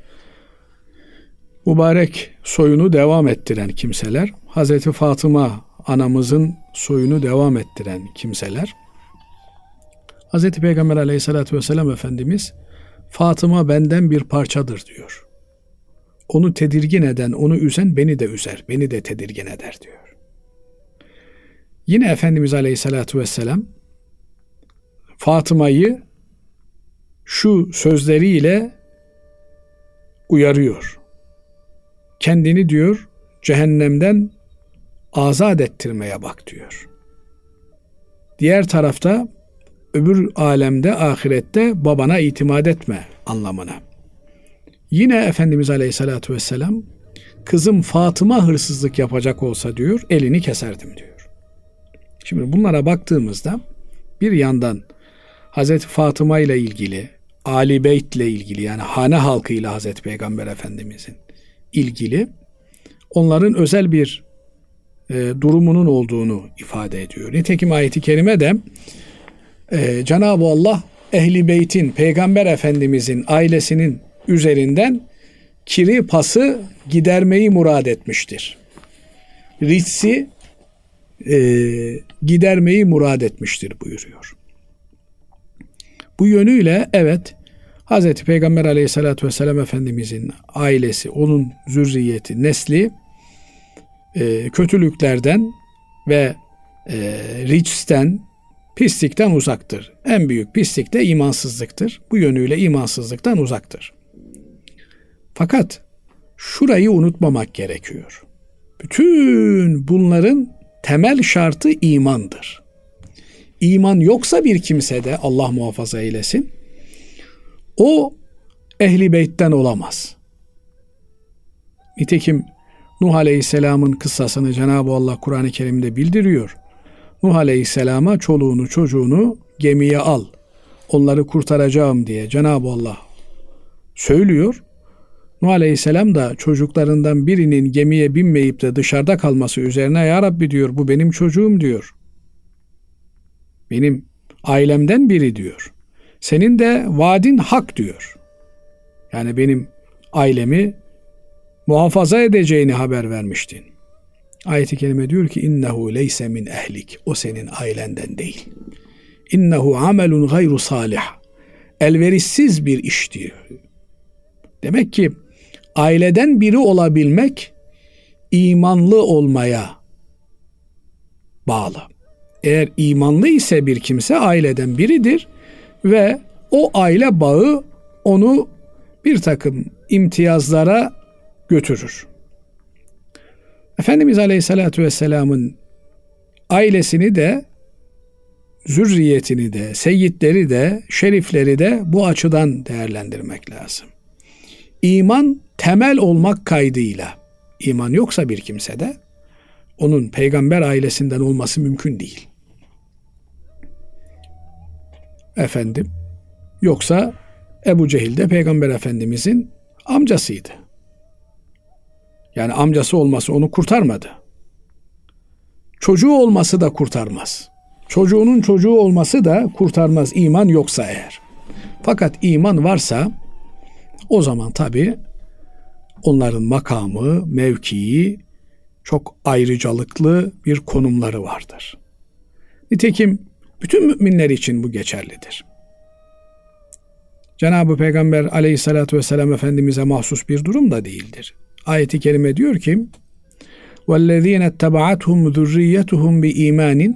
mübarek soyunu devam ettiren kimseler, Hazreti Fatıma anamızın soyunu devam ettiren kimseler. Hazreti Peygamber Aleyhisselatü Vesselam Efendimiz Fatıma benden bir parçadır diyor. Onu tedirgin eden, onu üzen beni de üzer, beni de tedirgin eder diyor. Yine Efendimiz Aleyhisselatü Vesselam Fatıma'yı şu sözleriyle uyarıyor. Kendini diyor cehennemden azat ettirmeye bak diyor. Diğer tarafta öbür alemde, ahirette babana itimat etme anlamına. Yine Efendimiz Aleyhisselatü Vesselam kızım Fatıma hırsızlık yapacak olsa diyor elini keserdim diyor. Şimdi bunlara baktığımızda bir yandan Hazreti Fatıma ile ilgili, Ali Beyt ile ilgili, yani hane halkıyla Hazreti Peygamber Efendimizin ilgili onların özel bir e, durumunun olduğunu ifade ediyor. Nitekim ayet-i kerime de e, Cenab-ı Allah Ehli Beyt'in, Peygamber Efendimizin ailesinin üzerinden kiri pası gidermeyi murad etmiştir. Ritsi e, gidermeyi murad etmiştir buyuruyor. Bu yönüyle evet Hazreti Peygamber Aleyhisselatü Vesselam Efendimizin ailesi, onun zürriyeti, nesli e, kötülüklerden ve e, ricsten, pislikten uzaktır. En büyük pislik de imansızlıktır. Bu yönüyle imansızlıktan uzaktır. Fakat şurayı unutmamak gerekiyor. Bütün bunların temel şartı imandır. İman yoksa bir kimsede, Allah muhafaza eylesin, o Ehl-i Beyt'ten olamaz. Nitekim Nuh Aleyhisselam'ın kıssasını Cenab-ı Allah Kur'an-ı Kerim'de bildiriyor. Nuh Aleyhisselam'a çoluğunu çocuğunu gemiye al, onları kurtaracağım diye Cenab-ı Allah söylüyor. Nuh Aleyhisselam da çocuklarından birinin gemiye binmeyip de dışarıda kalması üzerine, ya Rabbi diyor, bu benim çocuğum diyor. Benim ailemden biri diyor. Senin de vaadin hak diyor. Yani benim ailemi muhafaza edeceğini haber vermiştin. Ayet-i kerime diyor ki innehu leyse min ehlik. O senin ailenden değil. İnnehu amelun gayru salih. Elverişsiz bir iş diyor. Demek ki aileden biri olabilmek imanlı olmaya bağlı. Eğer imanlı ise bir kimse aileden biridir ve o aile bağı onu bir takım imtiyazlara götürür. Efendimiz Aleyhisselatü Vesselam'ın ailesini de, zürriyetini de, seyyidleri de, şerifleri de bu açıdan değerlendirmek lazım. İman temel olmak kaydıyla, iman yoksa bir kimsede, onun peygamber ailesinden olması mümkün değil. Efendim, yoksa Ebu Cehil de Peygamber Efendimizin amcasıydı. Yani amcası olması onu kurtarmadı. Çocuğu olması da kurtarmaz. Çocuğunun çocuğu olması da kurtarmaz iman yoksa eğer. Fakat iman varsa o zaman tabii onların makamı, mevkii çok ayrıcalıklı bir konumları vardır. Nitekim bütün müminler için bu geçerlidir. Cenab-ı Peygamber Aleyhisselatü Vesselam Efendimiz'e mahsus bir durum da değildir. Ayet-i kerime diyor ki وَالَّذ۪ينَ اتَّبَعَتْهُمْ ذُرِّيَّتُهُمْ بِاِيمَانٍ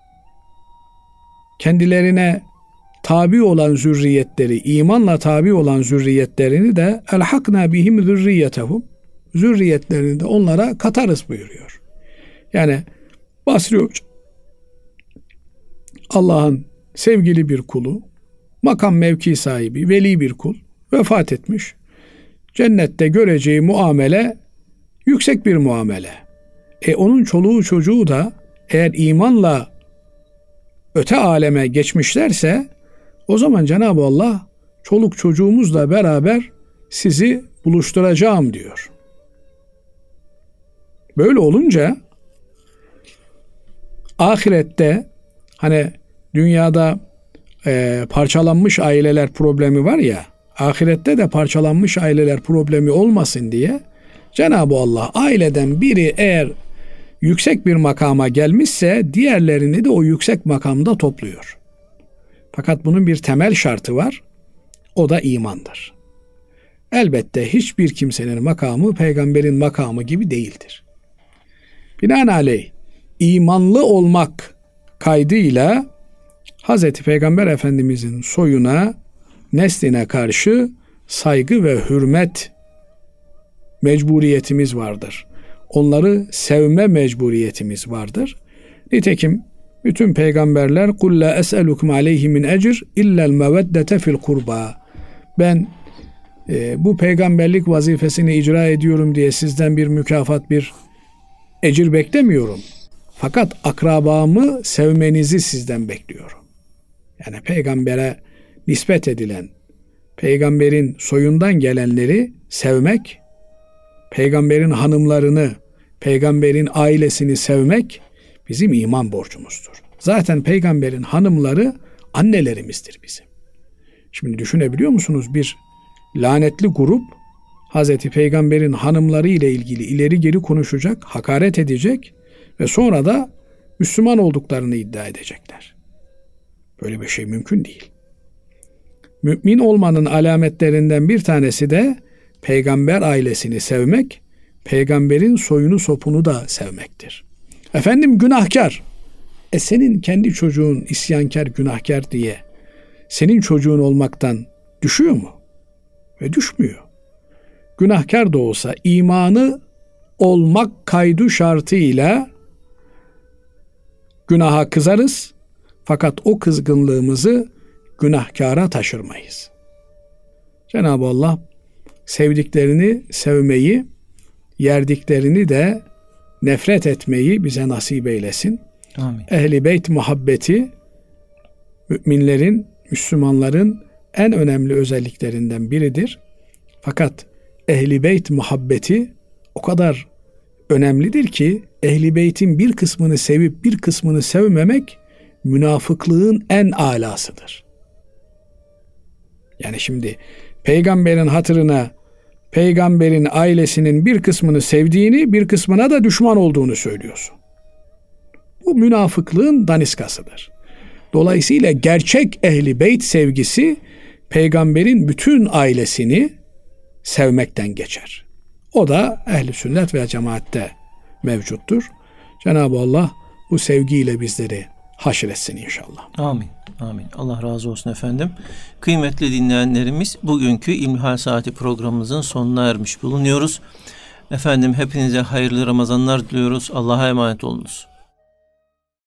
Kendilerine tabi olan zürriyetleri, imanla tabi olan zürriyetlerini de elhakna bihim zürriyetehum, zürriyetlerini de onlara katarız buyuruyor. Yani Basri Hoca Allah'ın sevgili bir kulu, makam mevki sahibi, veli bir kul vefat etmiş. Cennette göreceği muamele yüksek bir muamele. E onun çoluğu çocuğu da eğer imanla öte aleme geçmişlerse o zaman Cenab-ı Allah çoluk çocuğumuzla beraber sizi buluşturacağım diyor. Böyle olunca ahirette hani dünyada e, parçalanmış aileler problemi var ya, ahirette de parçalanmış aileler problemi olmasın diye Cenab-ı Allah aileden biri eğer yüksek bir makama gelmişse diğerlerini de o yüksek makamda topluyor. Fakat bunun bir temel şartı var. O da imandır. Elbette hiçbir kimsenin makamı peygamberin makamı gibi değildir. Binaenaleyh imanlı olmak kaydıyla Hazreti Peygamber Efendimizin soyuna, nesline karşı saygı ve hürmet mecburiyetimiz vardır. Onları sevme mecburiyetimiz vardır. Nitekim bütün peygamberler قُلْ لَا أَسْأَلُكُمْ عَلَيْهِ مِنْ اَجْرٍ اِلَّا الْمَوَدَّةَ فِي الْقُرْبَى Ben e, bu peygamberlik vazifesini icra ediyorum diye sizden bir mükafat, bir ecir beklemiyorum. Fakat akrabamı sevmenizi sizden bekliyorum. Yani peygambere nispet edilen, peygamberin soyundan gelenleri sevmek, peygamberin hanımlarını, peygamberin ailesini sevmek bizim iman borcumuzdur. Zaten peygamberin hanımları annelerimizdir bizim. Şimdi düşünebiliyor musunuz? Bir lanetli grup Hazreti Peygamber'in hanımları ile ilgili ileri geri konuşacak, hakaret edecek ve sonra da Müslüman olduklarını iddia edecekler. Böyle bir şey mümkün değil. Mümin olmanın alametlerinden bir tanesi de peygamber ailesini sevmek, peygamberin soyunu sopunu da sevmektir. Efendim günahkar. E senin kendi çocuğun isyankar, günahkar diye senin çocuğun olmaktan düşüyor mu? Ve düşmüyor. Günahkar da olsa imanı olmak kaydu şartıyla günaha kızarız. Fakat o kızgınlığımızı günahkara taşırmayız. Cenab-ı Allah sevdiklerini sevmeyi, yerdiklerini de nefret etmeyi bize nasip eylesin. Amin. Ehl-i Beyt muhabbeti müminlerin, Müslümanların en önemli özelliklerinden biridir. Fakat Ehl-i Beyt muhabbeti o kadar önemlidir ki Ehl-i Beyt'in bir kısmını sevip bir kısmını sevmemek münafıklığın en alasıdır. Yani şimdi peygamberin hatırına peygamberin ailesinin bir kısmını sevdiğini, bir kısmına da düşman olduğunu söylüyorsun. Bu münafıklığın daniskasıdır. Dolayısıyla gerçek Ehl-i Beyt sevgisi peygamberin bütün ailesini sevmekten geçer. O da ehl-i sünnet ve cemaatte mevcuttur. Cenab-ı Allah bu sevgiyle bizleri haşretsin inşallah. Amin. Amin. Allah razı olsun efendim. Kıymetli dinleyenlerimiz, bugünkü İlmihal Saati programımızın sonuna ermiş bulunuyoruz. Efendim hepinize hayırlı Ramazanlar diliyoruz. Allah'a emanet olunuz.